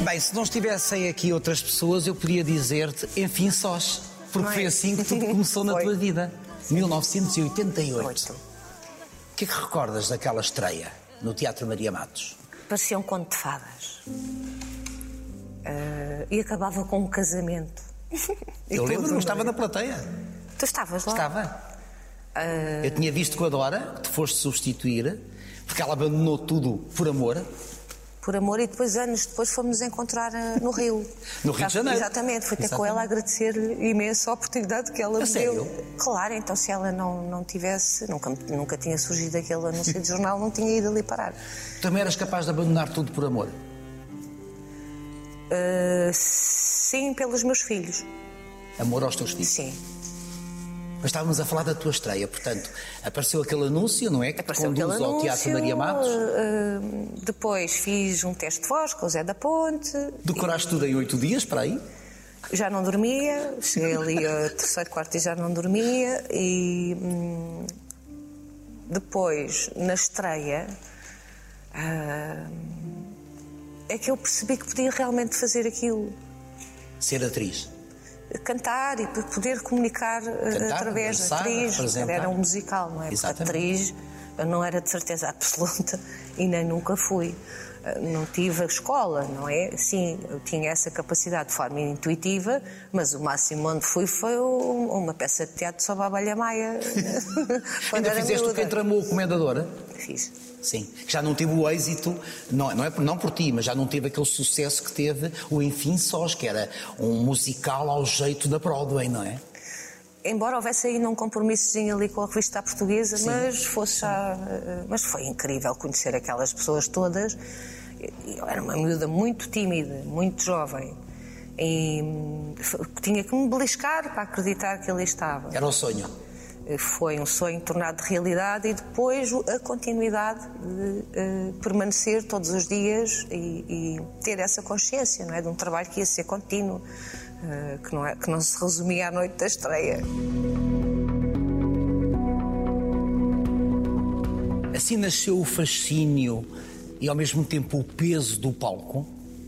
Bem, se não estivessem aqui outras pessoas, eu podia dizer-te, enfim, sós. Porque foi assim que tudo começou na tua vida. 1988. O que é que recordas daquela estreia no Teatro Maria Matos? Parecia um conto de fadas. E acabava com um casamento. Eu lembro-me, estava na plateia. Tu estavas lá? Estava. Eu tinha visto com a Dora, que te foste substituir, porque ela abandonou tudo por amor. Por amor, e depois, anos depois, fomos encontrar no Rio. No Rio de Janeiro. Exatamente, fui ter com ela agradecer-lhe imenso a oportunidade que ela me deu. Sério? Claro, então se ela não tivesse, nunca tinha surgido aquele anúncio de jornal, não tinha ido ali parar. Também eras capaz de abandonar tudo por amor? Sim, pelos meus filhos. Amor aos teus filhos? Sim. Mas estávamos a falar da tua estreia, portanto, apareceu aquele anúncio, não é? Que te conduz ao Teatro Maria Matos. Depois fiz um teste de voz com o Zé da Ponte. Decoraste tudo em 8 dias, para aí? Já não dormia, cheguei ali ao terceiro, quarto e já não dormia. E depois, na estreia, é que eu percebi que podia realmente fazer aquilo. Ser atriz. Cantar e poder comunicar através da atriz. Era um musical, não é? Exatamente. Porque atriz eu não era de certeza absoluta e nem nunca fui. Não tive a escola, não é? Sim, eu tinha essa capacidade de forma intuitiva, mas o máximo onde fui foi uma peça de teatro sobre a Abelha Maia. Ainda fizeste o que entramou a Comendadora? Fiz. Sim, que já não teve o êxito, não por ti, mas já não teve aquele sucesso que teve o Enfim Sós, que era um musical ao jeito da Broadway, não é? Embora houvesse ainda um compromissozinho ali com a revista portuguesa, mas foi incrível conhecer aquelas pessoas todas. Eu era uma miúda muito tímida, muito jovem, e tinha que me beliscar para acreditar que ali estava. Era o sonho. Foi um sonho tornado de realidade e depois a continuidade de permanecer todos os dias e ter essa consciência, não é? De um trabalho que ia ser contínuo, que não se resumia à noite da estreia. Assim nasceu o fascínio e ao mesmo tempo o peso do palco?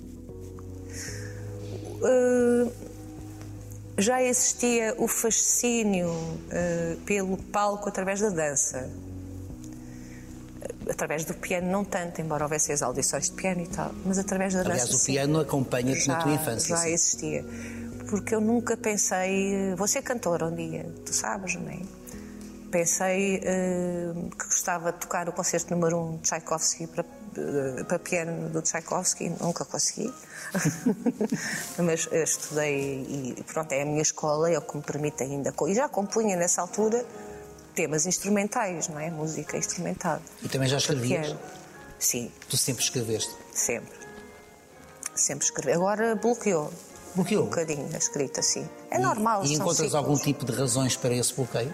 Já existia o fascínio pelo palco através da dança. Através do piano não tanto, embora houvesse as audições de piano e tal, mas através da dança. Aliás, o piano acompanha-te na tua infância. Já existia. Porque eu nunca pensei, vou ser cantora um dia, tu sabes, não é? Pensei que gostava de tocar o concerto número 1 de Tchaikovsky para piano do Tchaikovsky, nunca consegui. Mas eu estudei e pronto, é a minha escola, é o que me permite ainda. E já compunha nessa altura temas instrumentais, não é? Música instrumental. E também já escrevias? Sim. Tu sempre escreveste? Sempre. Sempre escrevi. Agora bloqueou. Bloqueou? Um bocadinho a escrita, sim. É normal. E encontras algum tipo de razões para esse bloqueio?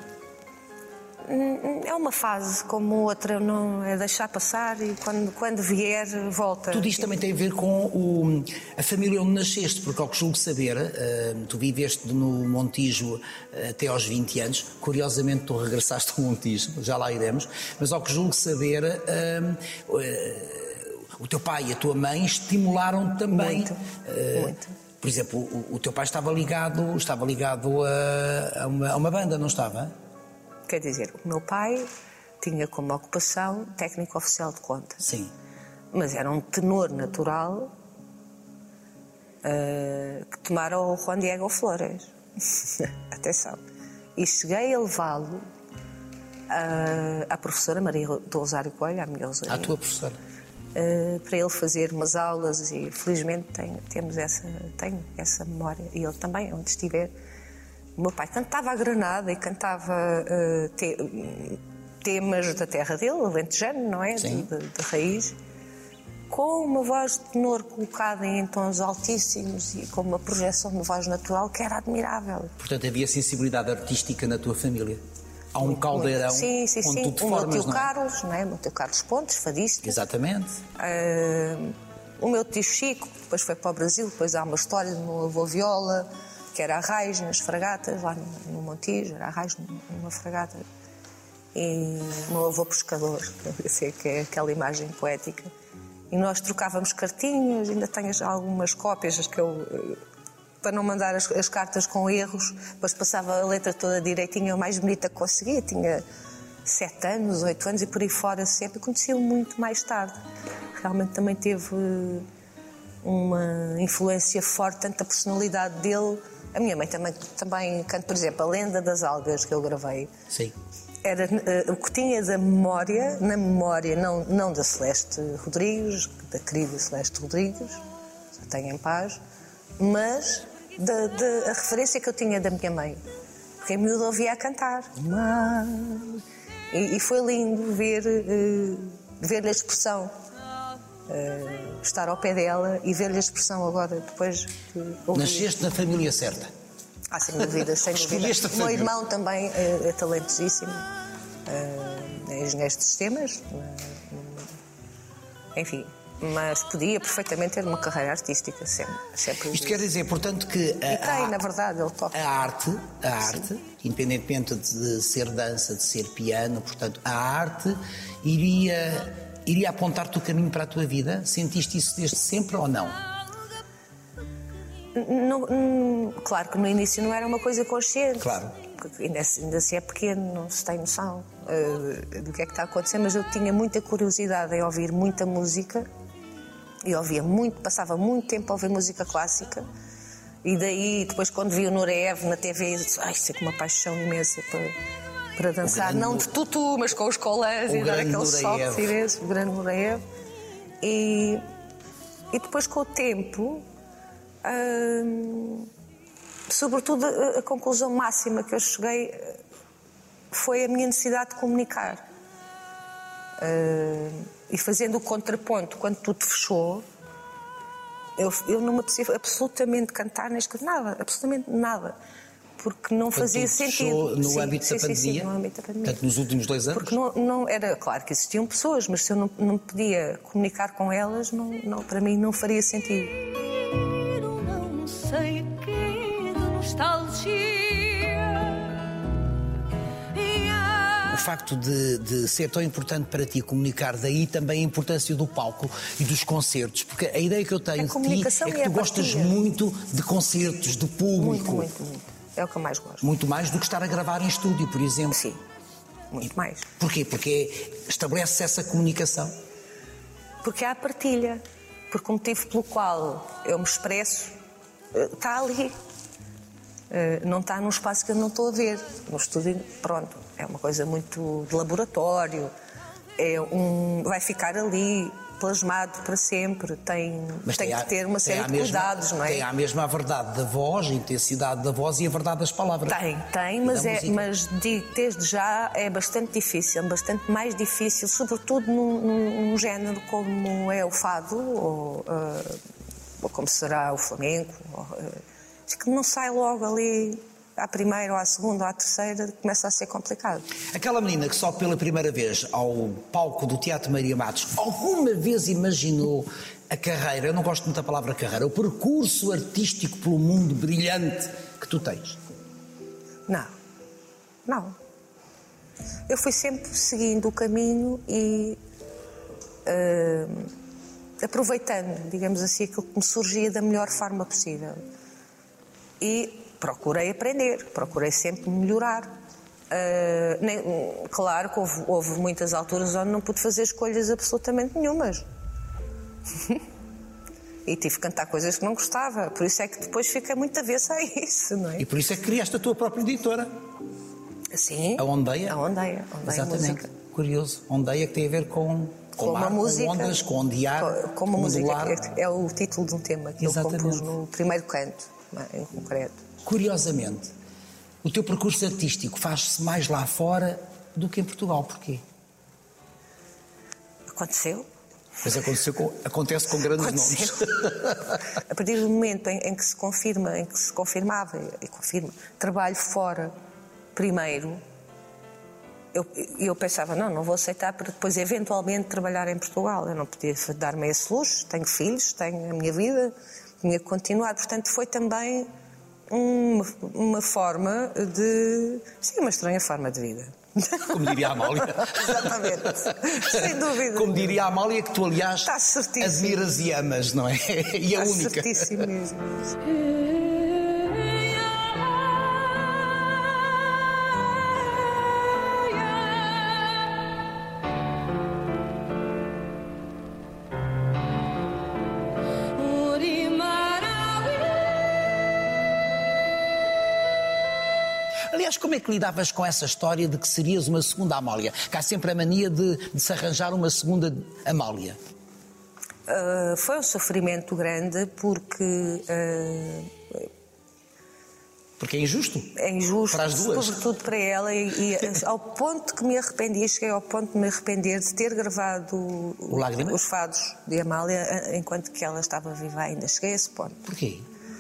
É uma fase como outra, não é deixar passar e quando vier, volta. Tudo isto também tem a ver com a família onde nasceste, porque ao que julgo saber, tu viveste no Montijo até aos 20 anos, curiosamente tu regressaste ao Montijo, já lá iremos, mas ao que julgo saber, o teu pai e a tua mãe estimularam também. Muito. Por exemplo, o teu pai estava ligado a uma banda, não estava? Quer dizer, o meu pai tinha como ocupação técnico oficial de conta. Sim. Mas era um tenor natural que tomara o Juan Diego Flores. Atenção. E cheguei a levá-lo à professora Maria do Rosário Coelho, à minha Rosário. À tua professora. Para ele fazer umas aulas e felizmente tenho essa memória. E ele também, onde estiver. O meu pai cantava a granada e cantava temas da terra dele, alentejano, não é? De raiz, com uma voz de tenor colocada em tons altíssimos e com uma projeção de voz natural que era admirável. Portanto, havia sensibilidade artística na tua família? Há um caldeirão sim, onde tu te formas, não é? O meu tio não é? Carlos, não é? O meu tio Carlos Pontes, fadista. Exatamente. O meu tio Chico, depois foi para o Brasil, depois há uma história do meu avô Viola, que era arraiz nas fragatas, lá no Montijo, era arraiz numa fragata. E o meu avô pescador, eu sei que é aquela imagem poética. e nós trocávamos cartinhas, ainda tenho algumas cópias que eu, para não mandar as cartas com erros, depois passava a letra toda direitinha, a mais bonita que conseguia, tinha 7 anos, 8 anos e por aí fora sempre, conheci-o muito mais tarde. Realmente também teve uma influência forte, tanto a personalidade dele. A minha mãe também canta, por exemplo, A Lenda das Algas, que eu gravei. Sim. Era o que tinha na memória, não da Celeste Rodrigues, da querida Celeste Rodrigues, já tenho em paz, mas a referência que eu tinha da minha mãe. Porque a miúda ouvia a cantar. E foi lindo ver-lhe a expressão. Estar ao pé dela e ver-lhe a expressão agora, depois de ouvir. Nasceste na família certa. Sem dúvida, sem dúvida. O meu irmão também é talentosíssimo, é engenheiro de sistemas, enfim, mas podia perfeitamente ter uma carreira artística, sempre. Isto quer dizer, portanto, que na verdade, ele toca. A arte, independentemente de ser dança, de ser piano, portanto, a arte iria apontar-te o caminho para a tua vida? Sentiste isso desde sempre ou não? Claro que no início não era uma coisa consciente. Claro. Porque ainda se é pequeno, não se tem noção do que é que está a acontecer, mas eu tinha muita curiosidade em ouvir muita música e passava muito tempo a ouvir música clássica e daí, depois quando vi o Nureyev na TV, eu disse, isso é com uma paixão imensa para dançar, não de tutu, mas com os colãs e dar aquele salto imenso, o grande Nureyev. E depois com o tempo, sobretudo a conclusão máxima que eu cheguei foi a minha necessidade de comunicar. E fazendo o contraponto, quando tudo fechou, eu não me apetecia absolutamente cantar nem escrever nada, absolutamente nada. Porque não fazia sentido. No âmbito da pandemia? No âmbito da pandemia. Portanto, nos últimos 2 anos? Porque não era claro que existiam pessoas, mas se eu não podia comunicar com elas, para mim não faria sentido. Não sei que nostalgia. O facto de ser tão importante para ti comunicar, daí também a importância do palco e dos concertos, porque a ideia que eu tenho de ti é que tu gostas muito de concertos, de público. Muito. É o que eu mais gosto. Muito mais do que estar a gravar em estúdio, por exemplo. Sim, muito mais. Porquê? Porque estabelece essa comunicação. Porque há a partilha. Porque o motivo pelo qual eu me expresso está ali. Não está num espaço que eu não estou a ver. No estúdio, pronto, é uma coisa muito de laboratório. Vai ficar ali plasmado para sempre. Tem que ter uma série de cuidados, não é? Tem a mesma verdade da voz, a intensidade da voz e a verdade das palavras. Tem, mas digo, desde já é bastante difícil, bastante mais difícil, sobretudo num género como é o fado, ou como será o flamenco, que não sai logo ali à primeira, ou à segunda, ou à terceira, começa a ser complicado. Aquela menina que só pela primeira vez ao palco do Teatro Maria Matos alguma vez imaginou a carreira, eu não gosto muito da palavra carreira, o percurso artístico pelo mundo brilhante que tu tens? Não. Eu fui sempre seguindo o caminho e aproveitando, digamos assim, aquilo que me surgia da melhor forma possível. E procurei aprender, procurei sempre melhorar. Claro que houve muitas alturas onde não pude fazer escolhas absolutamente nenhumas. E tive que cantar coisas que não gostava. Por isso é que depois fiquei muito avessa a isso, não é? E por isso é que criaste a tua própria editora. Sim. A Ondeia? A Ondeia. Exatamente. Música. Uma Ondeia que tem a ver com uma música, com ondas, com ondear, com uma música. modular. É o título de um tema que eu compus no primeiro canto, em concreto. Curiosamente, o teu percurso artístico faz-se mais lá fora do que em Portugal. Porquê? Aconteceu. Mas acontece com grandes nomes. A partir do momento em que se confirmava e confirma, trabalho fora primeiro, eu pensava, não vou aceitar para depois eventualmente trabalhar em Portugal. Eu não podia dar-me esse luxo, tenho filhos, tenho a minha vida, tinha que continuar. Portanto, foi também uma forma de... Sim, uma estranha forma de vida. Como diria a Amália. Exatamente. Sem dúvida. Como diria a Amália, que tu, aliás, admiras e amas, não é? E a única. Está certíssimo mesmo. Aliás, como é que lidavas com essa história de que serias uma segunda Amália? Que há sempre a mania de se arranjar uma segunda Amália. Foi um sofrimento grande porque... Porque é injusto. É injusto, para as duas. Sobretudo para ela. E ao ponto que me arrependi, cheguei ao ponto de me arrepender de ter gravado os fados de Amália enquanto que ela estava viva ainda. Cheguei a esse ponto. Porquê?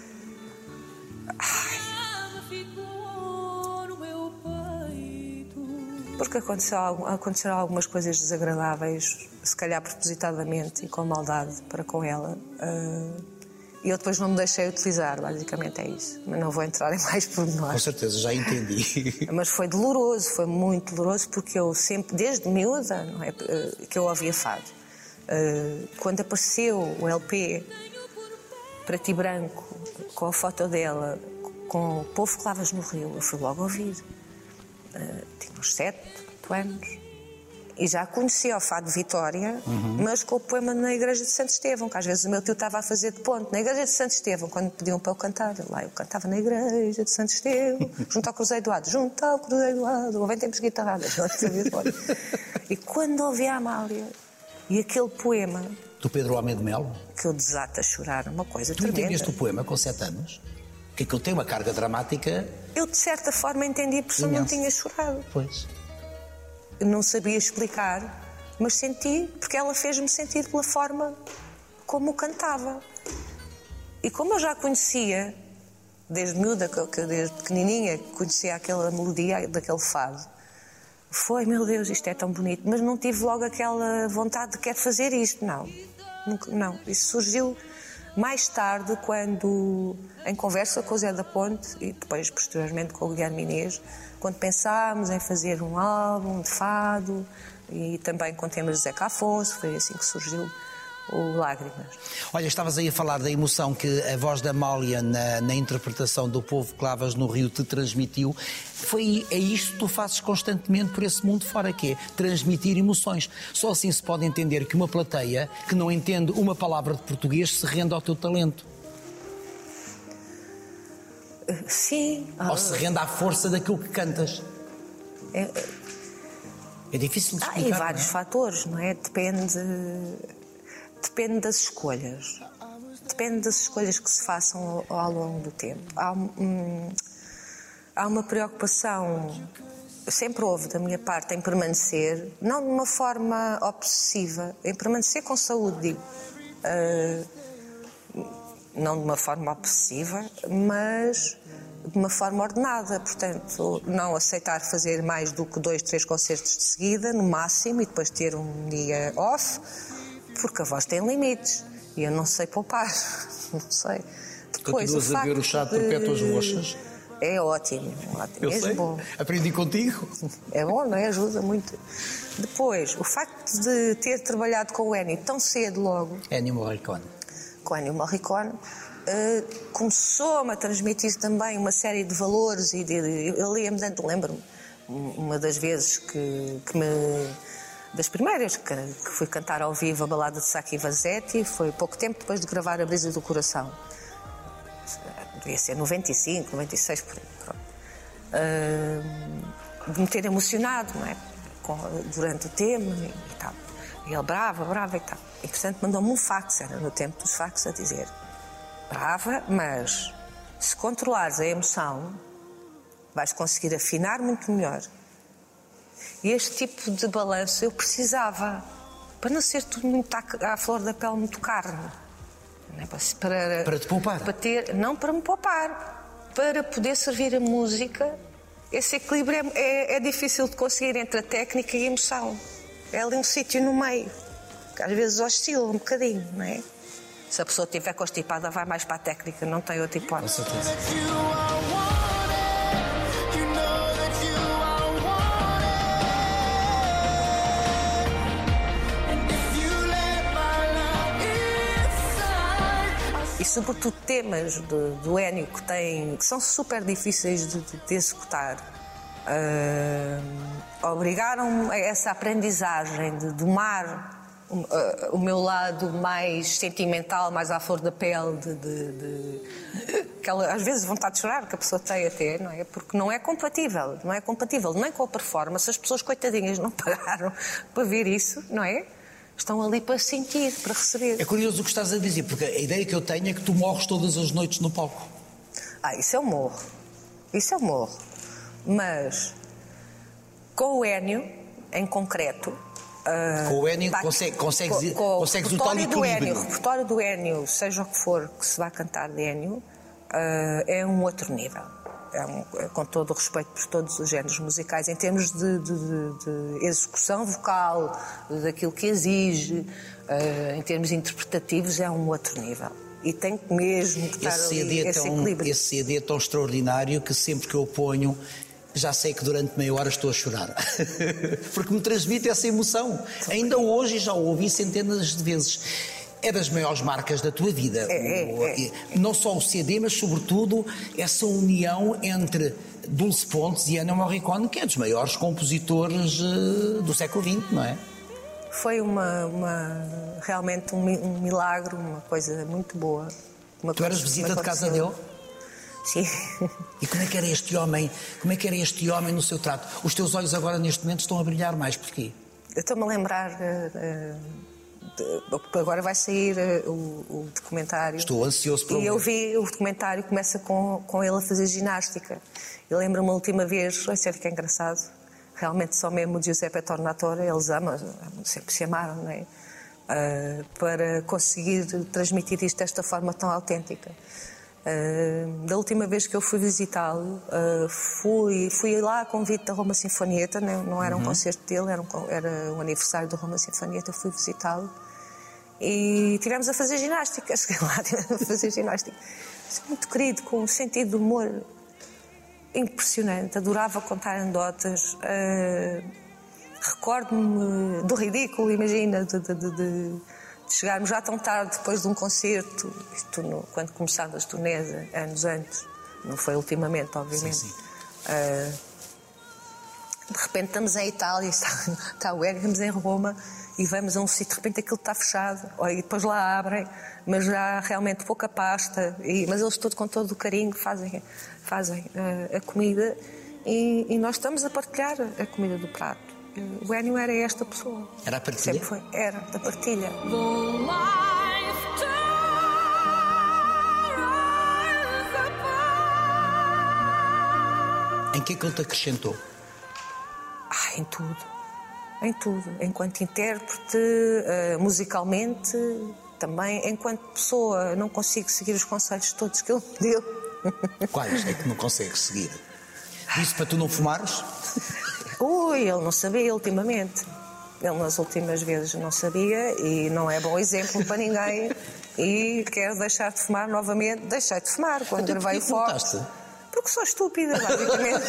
Porque aconteceram algumas coisas desagradáveis, se calhar propositadamente e com maldade para com ela. E eu depois não me deixei utilizar, basicamente é isso. Mas não vou entrar em mais pormenores. Com certeza, já entendi. Mas foi doloroso, foi muito doloroso, porque eu sempre, desde miúda, não é, que eu ouvia fado. Quando apareceu o LP preto e branco, com a foto dela, com o Povo Clavas no Rio, eu fui logo ouvir. Tinha uns 7, 8 anos. E já conhecia o fado de Vitória, mas com o poema na Igreja de Santo Estevão, que às vezes o meu tio estava a fazer de ponte. Na Igreja de Santo Estevão, quando me pediam para eu cantar, lá eu cantava na Igreja de Santo Estevão, junto ao Cruzeiro do Ado, junto ao Cruzeiro do Ado, ouvem tempos guitarradas. E quando ouvi a Amália e aquele poema... Do Pedro Homem de Melo? Que eu desato a chorar, uma coisa tremenda. Tu entendeste o poema com 7 anos? Que aquilo tem uma carga dramática... Eu, de certa forma, entendi, porque eu não tinha chorado. Pois. Eu não sabia explicar, mas senti, porque ela fez-me sentir pela forma como cantava. E como eu já conhecia, desde miúda, desde pequenininha, conhecia aquela melodia daquele fado, foi, meu Deus, isto é tão bonito. Mas não tive logo aquela vontade de querer fazer isto, não. Não, isso surgiu mais tarde, quando, em conversa com o Zé da Ponte e depois, posteriormente, com o Guilherme Inês, quando pensámos em fazer um álbum de fado e também com temas de Zeca Afonso, foi assim que surgiu o Lágrimas. Olha, estavas aí a falar da emoção que a voz da Amália na interpretação do Povo Clavas no Rio te transmitiu. É isto que tu fazes constantemente por esse mundo fora, que é transmitir emoções. Só assim se pode entender que uma plateia que não entende uma palavra de português se rende ao teu talento. Sim. Ou se rende à força daquilo que cantas. É difícil de explicar. Há vários fatores, não é? Depende das escolhas. Depende das escolhas que se façam ao longo do tempo. Há uma preocupação, sempre houve da minha parte, em permanecer, não de uma forma obsessiva, em permanecer com saúde, digo. Não de uma forma obsessiva, mas de uma forma ordenada. Portanto, não aceitar fazer mais do que 2, 3 concertos de seguida, no máximo, e depois ter um dia off, porque a voz tem limites e eu não sei poupar. Não sei. Depois, continuas a ver o chá de perpétuas roxas? É ótimo, eu mesmo sei. Bom. Aprendi contigo. É bom, não é? Ajuda muito. Depois, o facto de ter trabalhado com o Ennio tão cedo logo... Ennio Morricone. Com Ennio Morricone, começou-me a transmitir também uma série de valores e ele ia-me dando, lembro-me, uma das vezes que das primeiras que fui cantar ao vivo a balada de Sacchi Vanzetti, foi pouco tempo depois de gravar A Brisa do Coração. Devia ser 95, 96, por aí. De me ter emocionado, não é? Durante o tema e tal. E ele brava e tal. E, portanto, mandou-me um fax, era no tempo dos fax, a dizer: brava, mas se controlares a emoção, vais conseguir afinar muito melhor. E este tipo de balanço eu precisava, para não ser tudo muito à flor da pele, muito carne. Para te poupar? Não para me poupar, para poder servir a música. Esse equilíbrio é difícil de conseguir entre a técnica e a emoção. É ali um sítio no meio, que às vezes oscila um bocadinho, não é? Se a pessoa estiver constipada, vai mais para a técnica, não tem outra hipótese. Com certeza. e sobretudo temas do Ennio que são super difíceis de executar, obrigaram-me a essa aprendizagem de domar o meu lado mais sentimental, mais à flor da pele, aquela, às vezes, vontade de chorar que a pessoa tem até, não é? Porque não é compatível nem com a performance. As pessoas, coitadinhas, não pagaram para ver isso, não é? Estão ali para sentir, para receber. É curioso o que estás a dizer, porque a ideia que eu tenho é que tu morres todas as noites no palco. Isso eu morro. Mas com o Ennio, em concreto... com o Ennio consegues o tal equilíbrio. O repertório do Ennio, seja o que for que se vai cantar de Ennio, é um outro nível. Com todo o respeito por todos os géneros musicais, em termos de execução vocal, daquilo que exige, em termos interpretativos, é um outro nível. E tem que mesmo estar ali esse equilíbrio. Esse CD é tão extraordinário que sempre que eu ponho, já sei que durante meia hora estou a chorar. Porque me transmite essa emoção. Ainda hoje já o ouvi centenas de vezes. É das maiores marcas da tua vida. Não só o CD, mas sobretudo essa união entre Dulce Pontes e Ennio Morricone, que é dos maiores compositores do século XX, não é? Foi realmente um milagre, uma coisa muito boa. Tu eras visita de casa dele? Sim. E como é que era este homem? Como é que era este homem no seu trato? Os teus olhos agora neste momento estão a brilhar mais, porquê? Eu estou-me a lembrar, agora vai sair o documentário. Estou ansioso para E eu vi o documentário, começa com ele a fazer ginástica. Eu lembro-me a última vez, que é engraçado, realmente só mesmo o Giuseppe Tornatore, eles sempre se amaram, não é? Para conseguir transmitir isto desta forma tão autêntica. Da última vez que eu fui visitá-lo, fui lá a convite da Roma Sinfonietta, não era um concerto dele, era um aniversário da Roma Sinfonietta. Eu fui visitá-lo e tivemos a fazer ginástica. Cheguei lá, tivemos a fazer ginástica. Muito querido, com um sentido de humor impressionante, adorava contar anedotas. Recordo-me do ridículo, imagina, de chegarmos já tão tarde depois de um concerto, quando começaram as turnés, anos antes, não foi ultimamente, obviamente. Sim. De repente estamos em Itália, está o Ennio, estamos em Roma e vamos a um sítio, de repente aquilo está fechado, e depois lá abrem, mas já realmente pouca pasta, mas eles com todo o carinho fazem a comida e nós estamos a partilhar a comida do prato. O Ennio era esta pessoa. Era a partilha? Sempre foi. Era, da partilha. Em que é que ele te acrescentou? Em tudo. Em tudo. Enquanto intérprete, musicalmente, também. Enquanto pessoa, não consigo seguir os conselhos todos que ele me deu. Quais é que não consegues seguir? Disse para tu não fumares? Ele não sabia ultimamente. Ele nas últimas vezes não sabia e não é bom exemplo para ninguém. E quero deixar de fumar novamente. Deixei de fumar quando gravei o Forte. Porque sou estúpida, basicamente.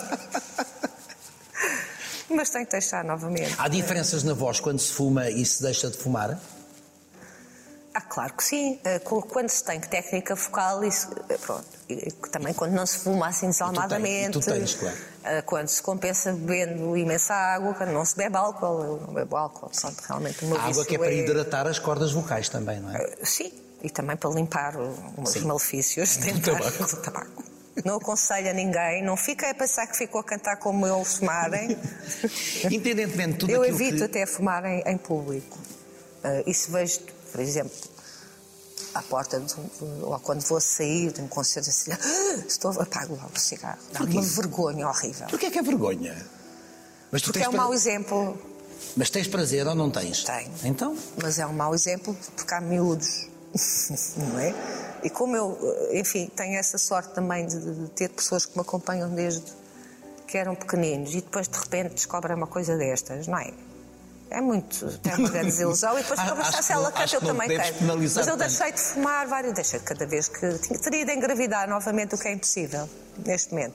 Mas tenho que deixar novamente. Há diferenças na voz quando se fuma e se deixa de fumar? Claro que sim. Quando se tem técnica vocal, isso, pronto. E também quando não se fuma assim desalmadamente. Tu tens, claro. Quando se compensa bebendo imensa água, quando não se bebe álcool, eu não bebo álcool. Pronto, realmente, a água que é para hidratar as cordas vocais também, não é? Sim, e também para limpar os malefícios do tabaco. Não aconselho a ninguém, não fiquem a pensar que ficou a cantar como eu fumarem. Independentemente de tudo eu aquilo evito até fumar em público. E se vejo, por exemplo, à porta ou quando vou sair de um concerto assim, apago logo o cigarro. Dá uma vergonha horrível. Porquê é que é vergonha? Mas porque é um mau exemplo. Mas tens prazer ou não tens? Tenho. Então? Mas é um mau exemplo porque há miúdos, não é? E como eu, enfim, tenho essa sorte também de ter pessoas que me acompanham desde que eram pequeninos e depois de repente descobrem uma coisa destas, não é? É muito, tem uma grande desilusão e depois para mostrar se ela canta eu também quero. Mas eu deixei de fumar deixei cada vez que teria de engravidar novamente, o que é impossível neste momento.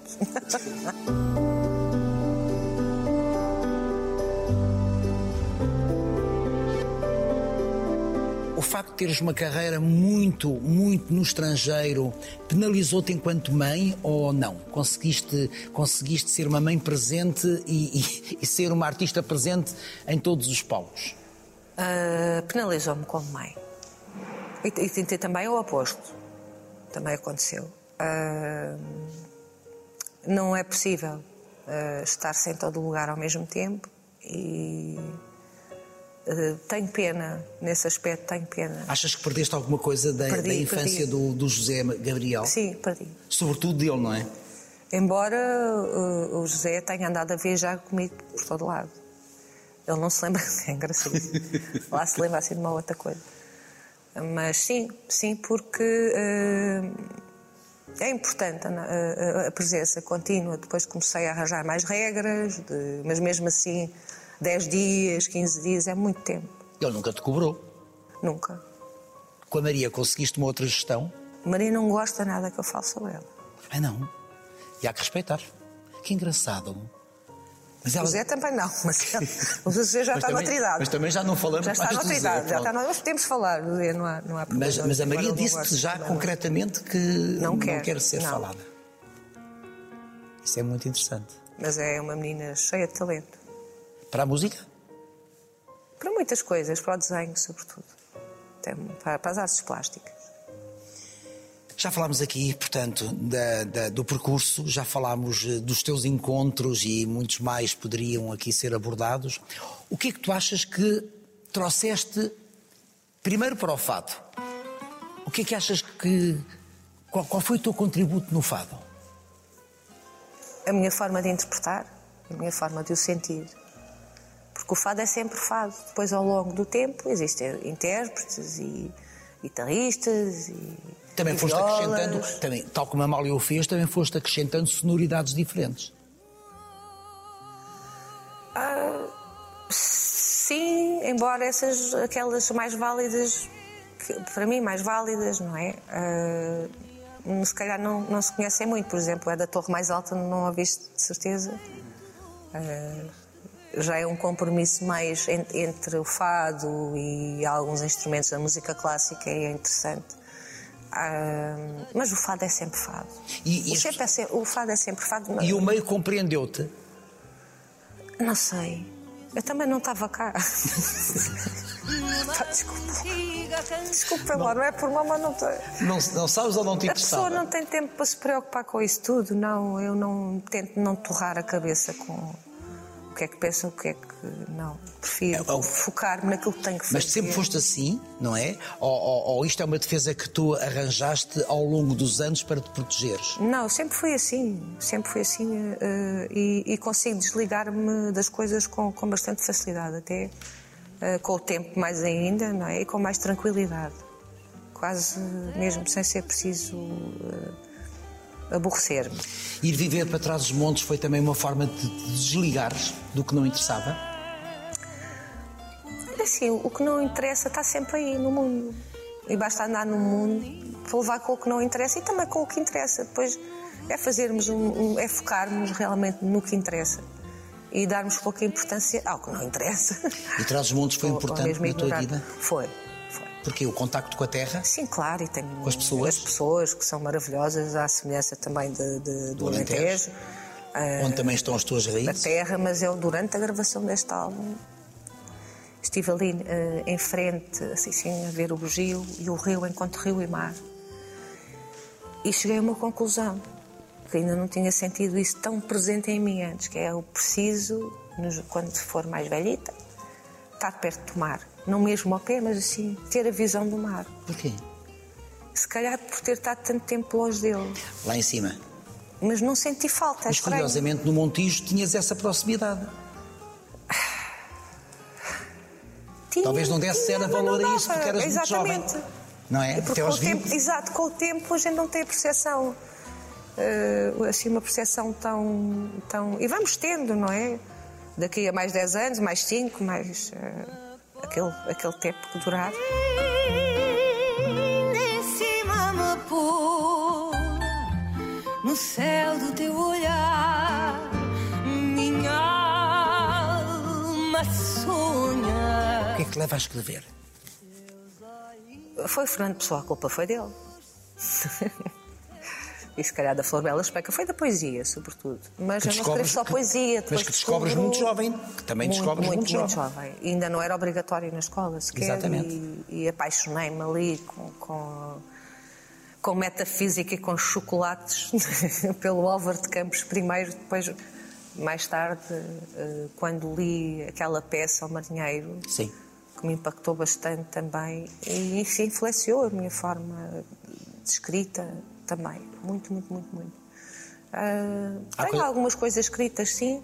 facto de teres uma carreira muito no estrangeiro penalizou-te enquanto mãe ou não? Conseguiste ser uma mãe presente e ser uma artista presente em todos os polos? Penalizou-me como mãe. E tentei também o oposto. Também aconteceu. Não é possível estar-se em todo lugar ao mesmo tempo e tenho pena, nesse aspecto tenho pena. Achas que perdeste alguma coisa da infância do José Gabriel? Sim, perdi. Sobretudo dele, não é? Embora o José tenha andado a viajar comigo por todo lado. Ele não se lembra, é engraçado. Lá se lembra assim de uma outra coisa. Mas sim, porque é importante a presença contínua. Depois comecei a arranjar mais regras, mas mesmo assim 10 dias, 15 dias é muito tempo. Ele nunca te cobrou? Nunca. Com a Maria conseguiste uma outra gestão? Maria não gosta nada que eu falo sobre ela. Ah, não? E há que respeitar. Que engraçado. Mas O Zé também não, o Zé já está noutra idade. Mas também já não falamos mais do Zé. Já está noutra idade, já está, nós podemos falar, o Zé não há problema. Mas a Maria disse-te já concretamente que não quer ser falada. Isso é muito interessante. Mas é uma menina cheia de talento. Para a música? Para muitas coisas, para o desenho, sobretudo. Para as artes plásticas. Já falámos aqui, portanto, do percurso, já falámos dos teus encontros e muitos mais poderiam aqui ser abordados. O que é que tu achas que trouxeste primeiro para o fado? O que é que achas que... Qual foi o teu contributo no fado? A minha forma de interpretar, a minha forma de o sentir. Porque o fado é sempre fado. Depois, ao longo do tempo, existem intérpretes e guitarristas e também foste acrescentando, tal como a Amália o fez, também foste acrescentando sonoridades diferentes. Sim, embora aquelas mais válidas, para mim mais válidas, não é? Se calhar não se conhecem muito. Por exemplo, é da Torre Mais Alta, não a viste de certeza. Já é um compromisso mais entre o fado e alguns instrumentos da música clássica, é interessante. Mas o fado é sempre fado. O fado é sempre fado. E o meio compreendeu-te? Não sei. Eu também não estava cá. Desculpa, amor, não é por mamãe, não estou. Não sabes ou não te interessava? A pessoa não tem tempo para se preocupar com isso tudo. Não, eu não tento não torrar a cabeça com o que é que pensa, o que é que não. Prefiro focar-me naquilo que tenho que fazer. Mas sempre foste assim, não é? Ou isto é uma defesa que tu arranjaste ao longo dos anos para te protegeres? Não, sempre fui assim. E consigo desligar-me das coisas com bastante facilidade, até com o tempo mais ainda, não é? E com mais tranquilidade. Quase mesmo sem ser preciso aborrecer-me. Ir viver para trás dos montes foi também uma forma de desligares do que não interessava? Assim, o que não interessa está sempre aí no mundo. E basta andar no mundo para levar com o que não interessa e também com o que interessa. Depois é fazermos é focarmos realmente no que interessa e darmos pouca importância ao que não interessa. E Trás-os-Montes foi importante na tua vida? Foi. Porque o contacto com a terra? Sim, claro, e tenho com as pessoas? As pessoas que são maravilhosas, à semelhança também do Alentejo. Onde também estão as tuas raízes? A terra, mas eu durante a gravação deste álbum estive ali em frente, assim, a ver o bugio e o rio enquanto rio e mar. E cheguei a uma conclusão, que ainda não tinha sentido isso tão presente em mim antes, que é o preciso, quando for mais velhita, estar perto do mar. Não mesmo ao pé, mas assim, ter a visão do mar. Porquê? Se calhar por ter estado tanto tempo longe dele. Lá em cima? Mas não senti falta, Mas curiosamente no Montijo tinhas essa proximidade. Talvez não desse valor a isso porque eras muito jovem. Não é? Até aos 20. Exato, com o tempo a gente não tem a percepção. Assim, uma percepção tão... E vamos tendo, não é? Daqui a mais 10 anos, mais 5, mais... Aquele tempo que durar. Em cima me pôr no céu do teu olhar, minha alma sonha. O que é que te leva a escrever? Foi Fernando Pessoa, a culpa foi dele. E se calhar da Flor Bela Especa, foi da poesia, sobretudo. Mas eu não escrevo só poesia. Mas que descobres muito jovem, que também descobres muito jovem. Muito jovem. E ainda não era obrigatório na escola sequer. Exatamente. E apaixonei-me ali com metafísica e com chocolates pelo Álvaro de Campos primeiro, depois, mais tarde, quando li aquela peça, O Marinheiro. Sim. Que me impactou bastante também. E isso influenciou a minha forma de escrita também. Muito, muito, muito, muito. Tenho algumas coisas escritas, sim.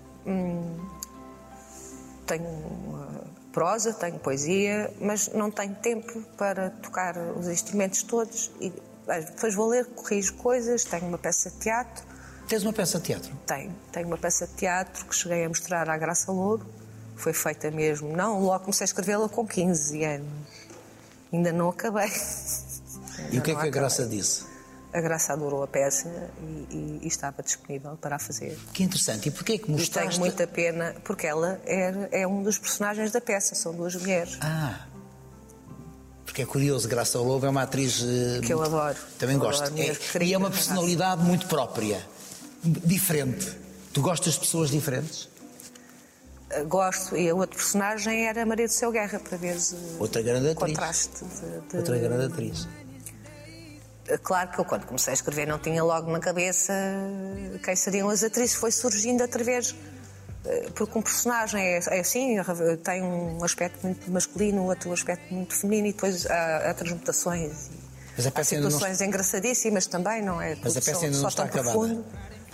Tenho prosa, tenho poesia, mas não tenho tempo para tocar os instrumentos todos. E depois vou ler, corrijo coisas. Tenho uma peça de teatro. Tens uma peça de teatro? Tenho uma peça de teatro que cheguei a mostrar à Graça Louro. Foi feita mesmo. Não, logo comecei a escrevê-la com 15 anos. Ainda não acabei. E o que é que a Graça disse? A Graça adorou a peça e estava disponível para a fazer. Que interessante. E porquê é que mostraste? E tenho muita pena, porque ela é um dos personagens da peça, são duas mulheres. Porque é curioso, Graça Lobo é uma atriz... que eu adoro. Também gosto. E é uma personalidade muito própria, diferente. Tu gostas de pessoas diferentes? Gosto. E a outra personagem era a Maria do Céu Guerra, para ver outra grande atriz. Contraste outra grande atriz. Claro que eu, quando comecei a escrever, não tinha logo na cabeça quem seriam as atrizes. Foi surgindo através... Porque um personagem é assim, tem um aspecto muito masculino, outro aspecto muito feminino, e depois há transmutações. Mas a peça há situações engraçadíssimas também, não é? Mas a peça ainda não está acabada.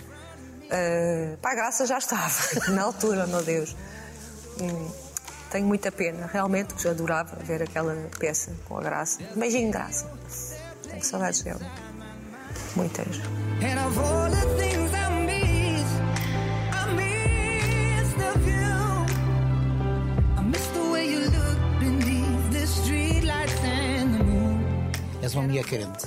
A Graça já estava, na altura, meu Deus. Tenho muita pena, realmente, porque eu adorava ver aquela peça com a Graça. Beijinho, Graça. Tenho saudades dela. Muitas. És uma mulher carente.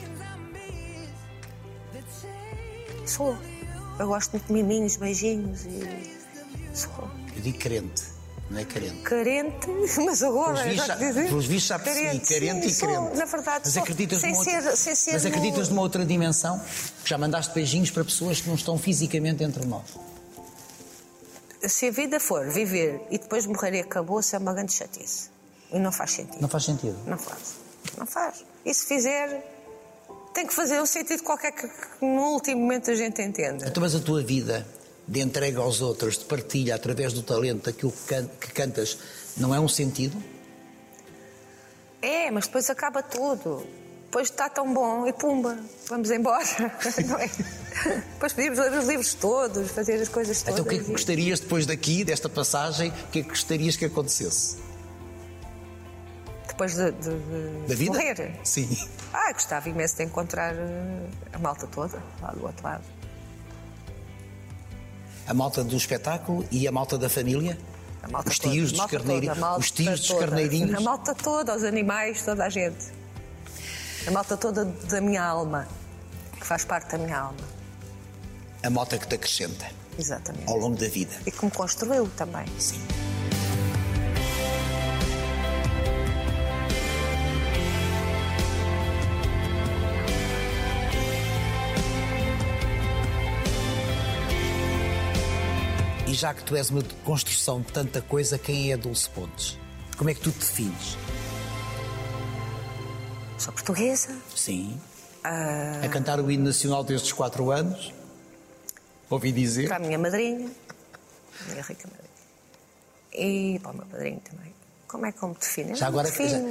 Sou. Eu gosto muito de miminhos, beijinhos e... Sou. Eu digo carente, não é carente. Carente, mas agora... Pelos vistos já percebi, carente sim, e carente. Sou, na verdade, mas sou, acreditas mas acreditas numa outra dimensão? Que já mandaste beijinhos para pessoas que não estão fisicamente entre nós? Se a vida for viver e depois morrer e acabou-se, é uma grande chatice. E não faz sentido. Não faz sentido? Não faz. Não faz. E se fizer, tem que fazer um sentido qualquer que no último momento a gente entenda. Então, mas a tua vida de entrega aos outros, de partilha através do talento, daquilo que cantas, não é um sentido? É, mas depois acaba tudo. Depois está tão bom e pumba, vamos embora. Não é? Depois podíamos ler os livros todos, fazer as coisas todas. Então o que é que gostarias depois daqui, desta passagem, o que é que gostarias que acontecesse? Depois da vida? Morrer? Sim. Gostava imenso de encontrar a malta toda, lá do outro lado. A malta do espetáculo e a malta da família? A malta os tios dos carneirinhos? Os tios dos carneirinhos? A malta toda, os animais, toda a gente. A malta toda da minha alma, que faz parte da minha alma. A malta que te acrescenta. Exatamente. Ao longo da vida. E que me construiu também. Sim. E já que tu és uma construção de tanta coisa, quem é a Dulce Pontes? Como é que tu te defines? Sou portuguesa. Sim. A cantar o hino nacional desde os 4 anos. Ouvi dizer. Para a minha madrinha, a minha rica madrinha. E para o meu padrinho também. Como é que eu me defino? Eu não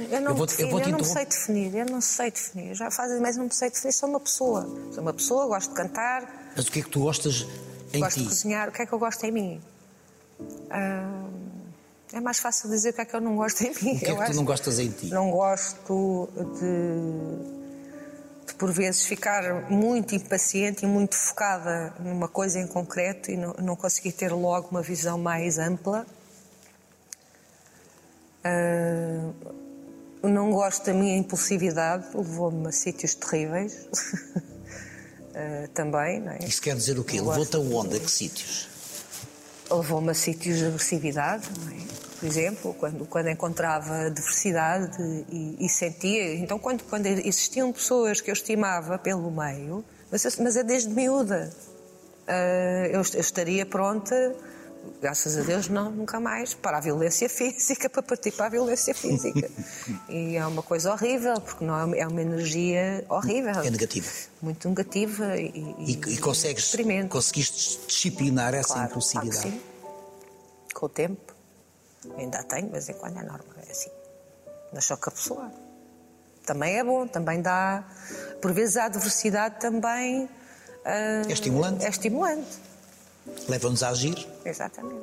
sei definir. Já fazem mais, não me sei definir. Sou uma pessoa, gosto de cantar. Mas o que é que tu gostas em gosto ti? De cozinhar. O que é que eu gosto em mim? É mais fácil dizer o que é que eu não gosto em mim. O que é que tu não gostas em ti? Não gosto de por vezes ficar muito impaciente e muito focada numa coisa em concreto e não conseguir ter logo uma visão mais ampla. Não gosto da minha impulsividade, levou-me a sítios terríveis. Também, não é? Isso quer dizer o quê? Levou-te aonde? A que sítios? Levou-me a sítios de agressividade, não é? por exemplo, quando encontrava diversidade e sentia. Então, quando existiam pessoas que eu estimava pelo meio, mas é desde miúda, eu estaria pronta, graças a Deus, nunca mais, para a violência física, para partir para a violência física. E é uma coisa horrível, porque não é uma energia horrível. É negativa. Muito negativa E conseguiste disciplinar essa impulsividade. Claro que sim. Com o tempo. Ainda tenho, mas enquanto é normal, é assim. Mas só que a pessoa também é bom, também dá. Por vezes a adversidade também. É estimulante. É estimulante. Leva-nos a agir. Exatamente.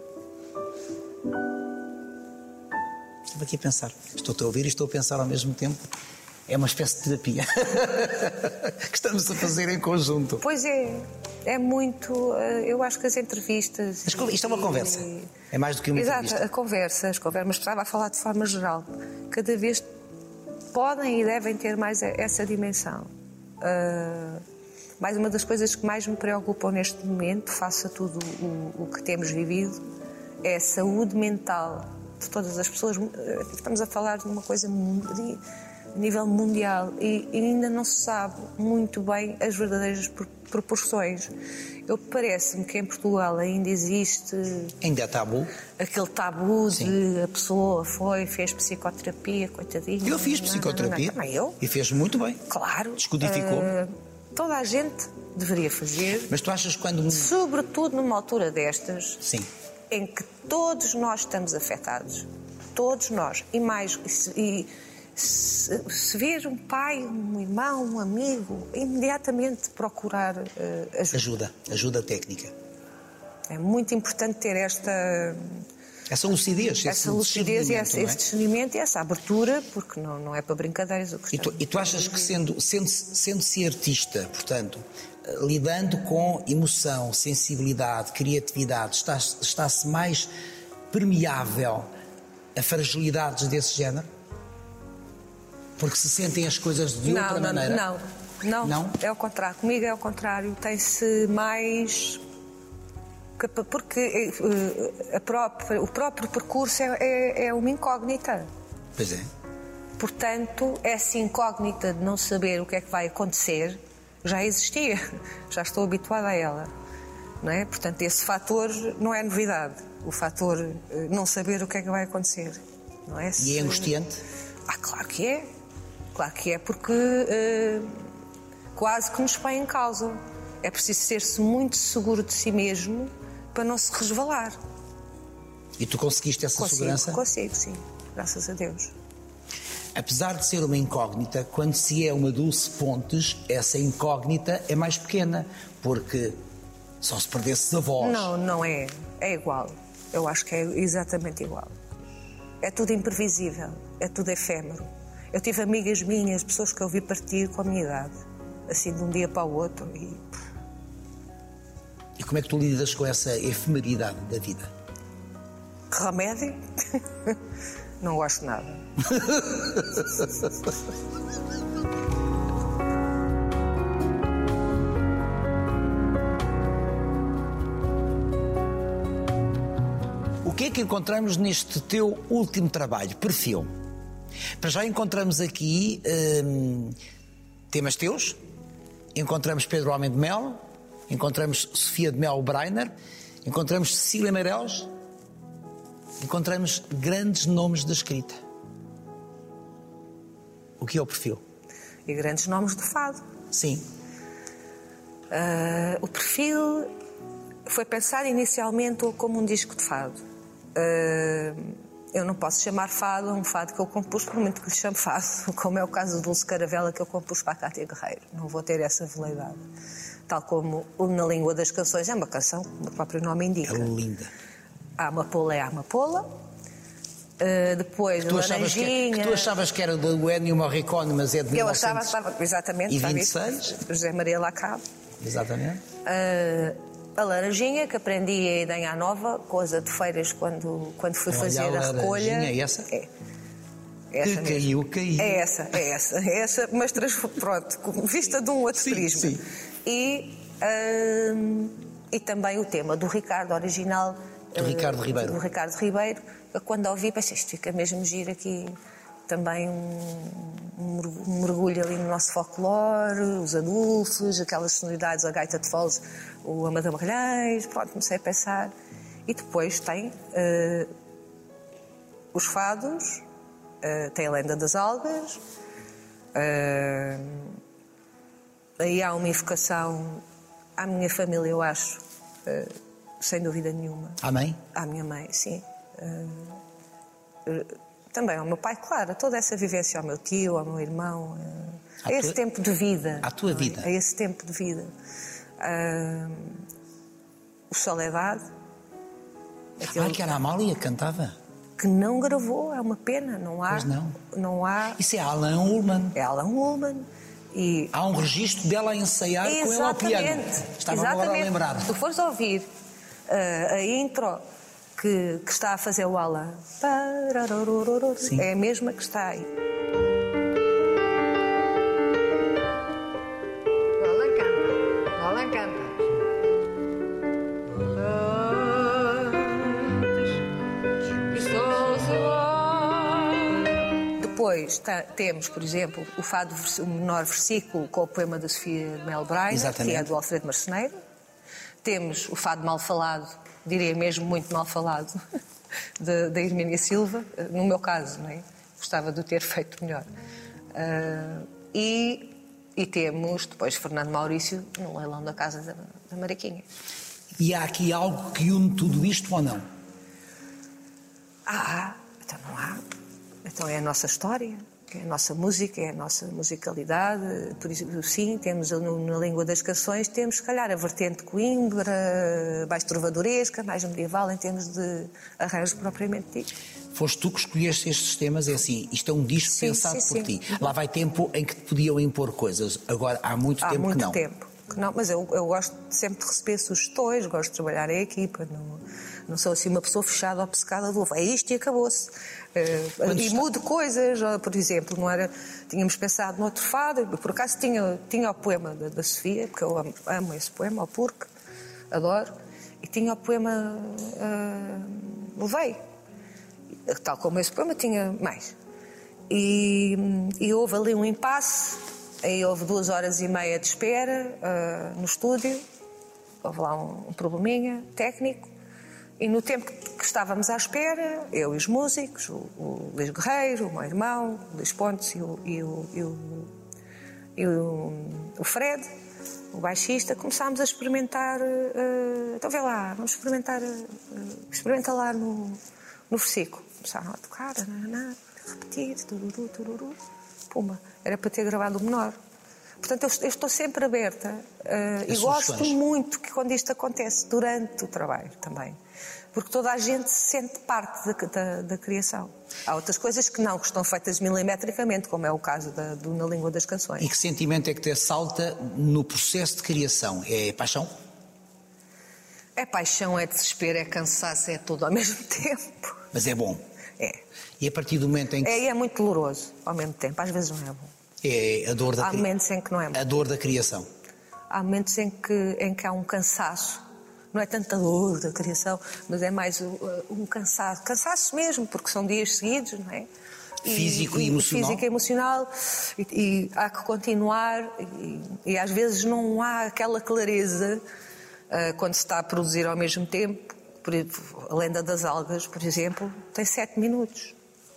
Estou aqui a pensar. Estou-te a ouvir e estou a pensar ao mesmo tempo. É uma espécie de terapia que estamos a fazer em conjunto. Pois é. É muito. Eu acho que as entrevistas. Mas isto é uma conversa. É mais do que uma entrevista. Exato, as conversas. Mas estava a falar de forma geral. Cada vez podem e devem ter mais essa dimensão. Mais uma das coisas que mais me preocupam neste momento, face a tudo o que temos vivido, é a saúde mental de todas as pessoas. Estamos a falar de uma coisa de nível mundial e ainda não se sabe muito bem as verdadeiras proporções. Parece-me que em Portugal ainda existe... Ainda é tabu? Aquele tabu Sim. de a pessoa fez psicoterapia, coitadinha. Eu fiz psicoterapia. Também eu. E fez muito bem. Claro. Descodificou. Toda a gente deveria fazer. Mas tu achas quando... Sobretudo numa altura destas... Sim. Em que todos nós estamos afetados. Todos nós. E mais... Se vir um pai, um irmão, um amigo, imediatamente procurar ajuda técnica. É muito importante ter essa lucidez e esse discernimento e essa abertura, porque não é para brincadeiras o que E tu achas que sendo-se artista, portanto, lidando com emoção, sensibilidade, criatividade, está-se mais permeável a fragilidades desse género? Porque se sentem as coisas de outra maneira? Não, é ao contrário. Comigo é ao contrário. Tem-se mais... Porque o próprio percurso é uma incógnita. Pois é. Portanto, essa incógnita de não saber o que é que vai acontecer já existia. Já estou habituada a ela. Não é? Portanto, esse fator não é novidade. O fator não saber o que é que vai acontecer. Não é? E é angustiante? Claro que é. Claro que é, porque quase que nos põe em causa. É preciso ser-se muito seguro de si mesmo para não se resvalar. E tu conseguiste essa segurança? Consigo, sim. Graças a Deus. Apesar de ser uma incógnita, quando se é uma Dulce Pontes, essa incógnita é mais pequena, porque só se perdesse a voz. Não é. É igual. Eu acho que é exatamente igual. É tudo imprevisível. É tudo efêmero. Eu tive amigas minhas, pessoas que eu vi partir com a minha idade, assim de um dia para o outro. E como é que tu lidas com essa efemeridade da vida? Que remédio? Não gosto de nada. O que é que encontramos neste teu último trabalho, Perfil? Para já encontramos aqui temas teus, encontramos Pedro Homem de Melo, encontramos Sofia de Melo Breiner, encontramos Cecília Meireles, encontramos grandes nomes da escrita. O que é o Perfil? E grandes nomes do fado. Sim. O Perfil foi pensado inicialmente como um disco de fado. Eu não posso chamar fado a um fado que eu compus, por muito que lhe chame fado, como é o caso do Dulce Caravela que eu compus para a Cátia Guerreiro. Não vou ter essa veleidade. Tal como Na Língua das Canções é uma canção, como o próprio nome indica. É linda. A Amapola é a Amapola. Depois a Laranjinha... Que tu achavas que era do Ennio Morricone, mas é de 1926. José Maria Lacabe. Exatamente. A Laranjinha, que aprendi a Idenha Nova, coisa de feiras, quando fui fazer a recolha. É essa? É. Essa caiu. É essa, mas pronto, vista de um outro prisma. Sim. E também o tema do Ricardo original. Do Ricardo Ribeiro. Do Ricardo Ribeiro, quando ouvi, pensei, isto fica mesmo giro aqui. Também um mergulho ali no nosso folclore, os adultos, aquelas sonoridades, a gaita de foles, o Amadeu Magalhães, pronto, comecei a pensar. E depois tem os fados, tem a Lenda das Algas, aí há uma evocação à minha família, eu acho, sem dúvida nenhuma. À mãe? À minha mãe, sim. Também ao meu pai, claro, a toda essa vivência, ao meu tio, ao meu irmão, a esse tempo de vida. À tua vida. A esse tempo de vida. O Soledad. Que era a Amália que cantava? Que não gravou, é uma pena, não há. Pois não. Não há. Isso é Alan Ullman. É Alan Ullman. E... Há um registro dela a ensaiar com ele ao piano. Estava agora a lembrar. Se tu fores ouvir a intro que está a fazer o Alan, sim, é a mesma que está aí. O Alan canta. Depois temos, por exemplo, o fado, o menor versículo com o poema da Sofia de Mel Brainer, que é do Alfredo Marceneiro. Temos o fado mal falado, diria mesmo muito mal falado, da Hermínia Silva, no meu caso, não é? Gostava de o ter feito melhor. E temos depois Fernando Maurício no leilão da Casa da Mariquinha. E há aqui algo que une tudo isto ou não? Então não há. Então é a nossa história, é a nossa música, é a nossa musicalidade. Por isso, sim, temos na língua das canções, temos, se calhar, a vertente de Coimbra, mais trovadoresca, mais medieval, em termos de arranjo propriamente dito. Foste tu que escolheste estes temas, é assim, isto é um disco pensado por ti. Lá vai tempo em que te podiam impor coisas, agora há muito tempo que não. Há muito tempo que não, mas eu gosto sempre de receber sugestões, gosto de trabalhar em equipa, não sou assim uma pessoa fechada, obcecada do ovo. É isto e acabou-se. E mudo coisas, por exemplo, não era, tínhamos pensado no outro fado, por acaso tinha o poema da Sofia, porque eu amo esse poema, o Porque, adoro, e tinha o poema Levei, tal como esse poema tinha mais. E houve ali um impasse, aí houve 2h30 de espera no estúdio, houve lá um probleminha técnico. E no tempo que estávamos à espera, eu e os músicos, o Luís Guerreiro, o meu irmão, o Luís Pontes e o Fred, o baixista, começámos a experimentar. Então vê lá, vamos experimentar. Experimenta lá no versículo. Começaram a tocar, repetir, tururu, tururu. Puma, era para ter gravado o menor. Portanto, eu estou sempre aberta e gosto muito que quando isto acontece durante o trabalho também. Porque toda a gente se sente parte da criação. Há outras coisas que não, que estão feitas milimetricamente, como é o caso Na Língua das Canções. E que sentimento é que te assalta no processo de criação? É paixão? É paixão, é desespero, é cansaço, é tudo ao mesmo tempo. Mas é bom? É. E a partir do momento em que... É muito doloroso ao mesmo tempo, às vezes não é bom. É a dor da... Há momentos em que não é bom. A dor da criação. Há momentos em que há um cansaço. Não é tanta dor da criação, mas é mais um cansaço. Cansaço mesmo, porque são dias seguidos, não é? Físico e emocional. Físico e emocional. E há que continuar. E às vezes não há aquela clareza quando se está a produzir ao mesmo tempo. A Lenda das Algas, por exemplo, tem 7 minutos.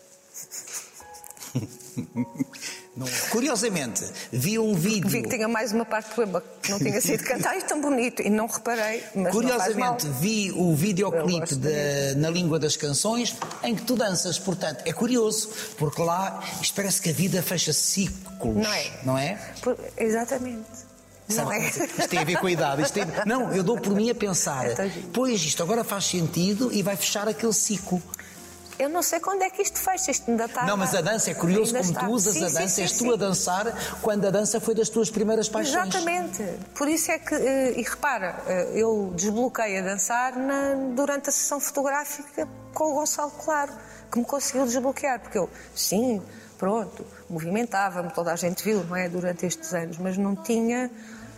Não. Curiosamente, vi um vídeo... Vi que tinha mais uma parte do poema que não tinha sido cantado, tão bonito, e não reparei, mas curiosamente, vi o videoclipe Na Língua das Canções, em que tu danças, portanto, é curioso, porque lá isto parece que a vida fecha ciclos, não é? Exatamente. Não é? Isto tem a ver com a idade. Não, eu dou por mim a pensar, pois isto agora faz sentido e vai fechar aquele ciclo. Eu não sei quando é que isto fecha, isto ainda está... Não, mas a dança é curioso como tu usas a dança, és tu a dançar quando a dança foi das tuas primeiras paixões. Exatamente, por isso é que, e repara, eu desbloqueei a dançar durante a sessão fotográfica com o Gonçalo Claro, que me conseguiu desbloquear, porque eu, sim, pronto, movimentava-me, toda a gente viu, não é, durante estes anos, mas não tinha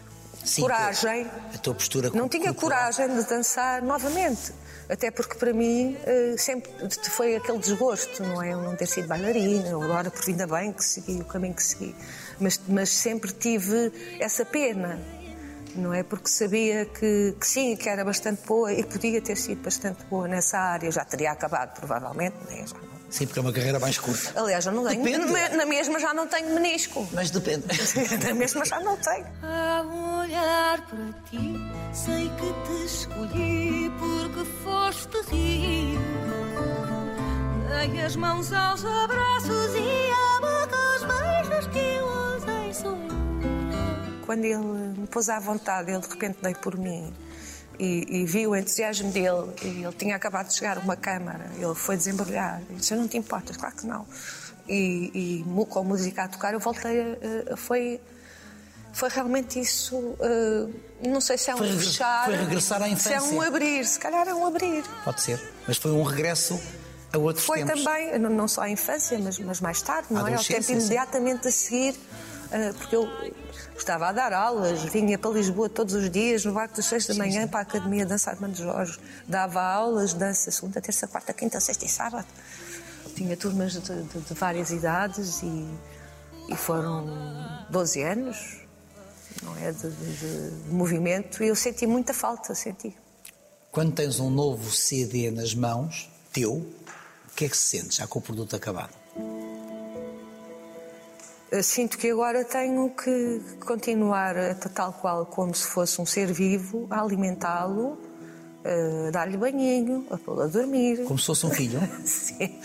coragem. A tua postura não tinha corporal. coragem de dançar novamente. Até porque para mim sempre foi aquele desgosto, não é? Eu não ter sido bailarina, eu agora por ainda bem que segui o caminho que segui. Mas sempre tive essa pena, não é? Porque sabia que sim, que era bastante boa e podia ter sido bastante boa nessa área. Eu já teria acabado, provavelmente, não é? Sim, porque é uma carreira mais curta. Aliás, eu não tenho. Depende. Na mesma já não tenho menisco. Mas depende. Na mesma já não tenho. A olhar para ti, sei que te escolhi porque foste rio. Dei as mãos aos abraços e a boca aos beijos que eu ousei sonhar. Quando ele me pôs à vontade, ele de repente dei por mim e vi o entusiasmo dele. E ele tinha acabado de chegar a uma câmara, ele foi desembrulhar. Eu disse: não te importas? Claro que não. E com a música a tocar, eu voltei foi realmente isso. Não sei se é um fechar. Foi regressar à infância. Se é um abrir, se calhar é um abrir. Pode ser. Mas foi um regresso a outros foi tempos. Foi também, não só à infância, mas mais tarde, não é? Ao tempo imediatamente a seguir. Porque eu estava a dar aulas, vinha para Lisboa todos os dias, no barco das 6 da manhã, para a Academia de Dança Armando Jorge. Dava aulas de dança segunda, terça, quarta, quinta, sexta e sábado. Tinha turmas de várias idades e foram 12 anos, não é, de movimento, e eu senti muita falta, senti. Quando tens um novo CD nas mãos, teu, o que é que se sente já com o produto acabado? Sinto que agora tenho que continuar tal qual como se fosse um ser vivo, a alimentá-lo, a dar-lhe banhinho, a pô-lo a dormir. Como se fosse um filho? Sim.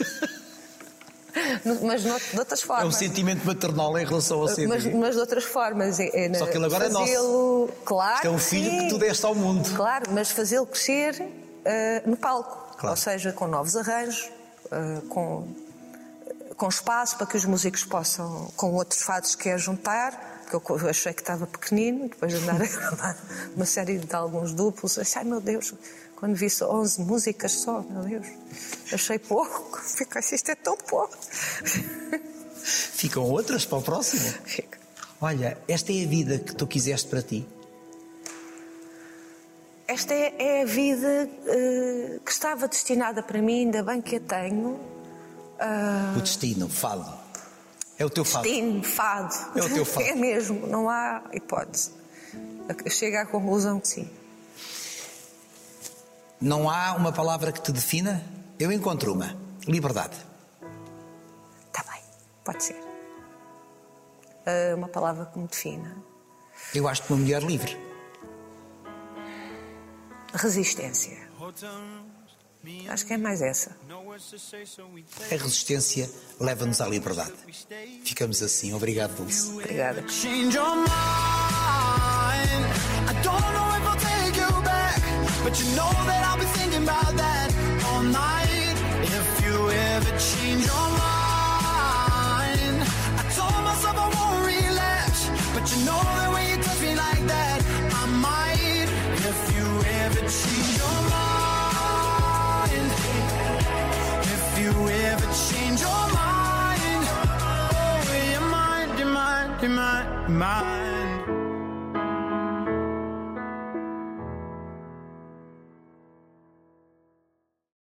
Mas de outras formas. É um sentimento maternal em relação ao CD. Mas de outras formas. Só que ele agora é nosso. Claro. Isto é um filho que tu deste ao mundo. Claro, mas fazê-lo crescer no palco. Claro. Ou seja, com novos arranjos, com espaço para que os músicos possam, com outros fados que quer juntar, porque eu achei que estava pequenino, depois de andar a gravar uma série de alguns duplos, achei, ai meu Deus, quando vi só 11 músicas só, meu Deus, achei pouco, fico assim, isto é tão pouco. Ficam outras para o próximo? Fica. Olha, esta é a vida que tu quiseste para ti? Esta é a vida que estava destinada para mim, ainda bem que a tenho. O destino, fado. É o teu fado. Destino, fado. É o teu fado. É mesmo, não há hipótese. Chega à conclusão que sim. Não há uma palavra que te defina? Eu encontro uma. Liberdade. Está bem, pode ser. Uma palavra que me defina. Eu acho-te uma mulher livre. Resistência. Acho que é mais essa. A resistência leva-nos à liberdade. Ficamos assim. Obrigado, Dulce. Obrigada. But you know that I'll be thinking about that all night. If you ever change your mind, I told myself I won't relapse. But you know that when you touch me like that, I might. If you ever change your mind, if you ever change your mind, oh, you're mine, you're mine, you're mine, you're mine.